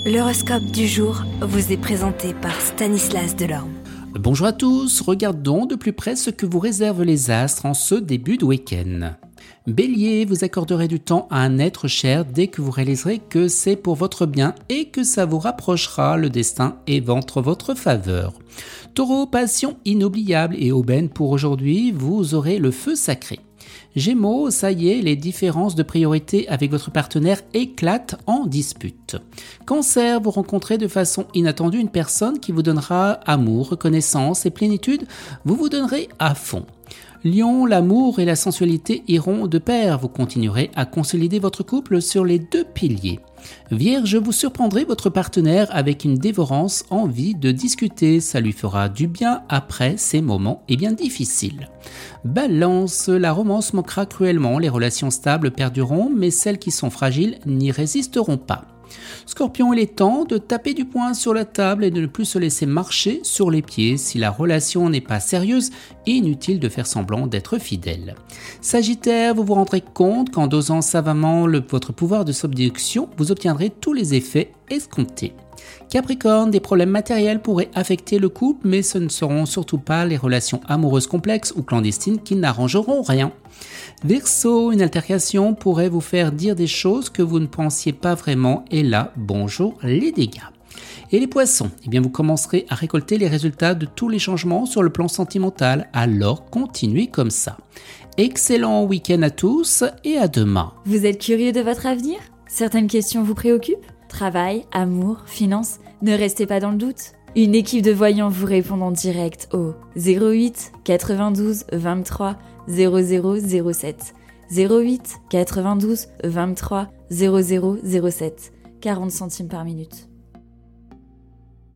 L'horoscope du jour vous est présenté par Stanislas Delorme. Bonjour à tous, regardons de plus près ce que vous réservent les astres en ce début de week-end. Bélier, vous accorderez du temps à un être cher dès que vous réaliserez que c'est pour votre bien et que ça vous rapprochera, le destin est entre votre faveur. Taureau, passion inoubliable et aubaine pour aujourd'hui, vous aurez le feu sacré. Gémeaux, ça y est, les différences de priorité avec votre partenaire éclatent en dispute. Cancer, vous rencontrez de façon inattendue une personne qui vous donnera amour, reconnaissance et plénitude, vous vous donnerez à fond. Lion, l'amour et la sensualité iront de pair, vous continuerez à consolider votre couple sur les deux piliers. Vierge, vous surprendrez votre partenaire avec une dévorance envie de discuter, ça lui fera du bien après ces moments bien difficiles. Balance, la romance manquera cruellement, les relations stables perdureront, mais celles qui sont fragiles n'y résisteront pas. Scorpion, il est temps de taper du poing sur la table et de ne plus se laisser marcher sur les pieds. Si la relation n'est pas sérieuse, inutile de faire semblant d'être fidèle. Sagittaire, vous vous rendrez compte qu'en dosant savamment votre pouvoir de séduction, vous obtiendrez tous les effets escomptés. Capricorne, des problèmes matériels pourraient affecter le couple, mais ce ne seront surtout pas les relations amoureuses complexes ou clandestines qui n'arrangeront rien. Verseau, une altercation pourrait vous faire dire des choses que vous ne pensiez pas vraiment, et là, bonjour les dégâts. Et les poissons, vous commencerez à récolter les résultats de tous les changements sur le plan sentimental, alors continuez comme ça. Excellent week-end à tous et à demain. Vous êtes curieux de votre avenir ? Certaines questions vous préoccupent ? Travail, amour, finances, ne restez pas dans le doute. Une équipe de voyants vous répond en direct au 08 92 23 0007. 08 92 23 0007. 40 centimes par minute.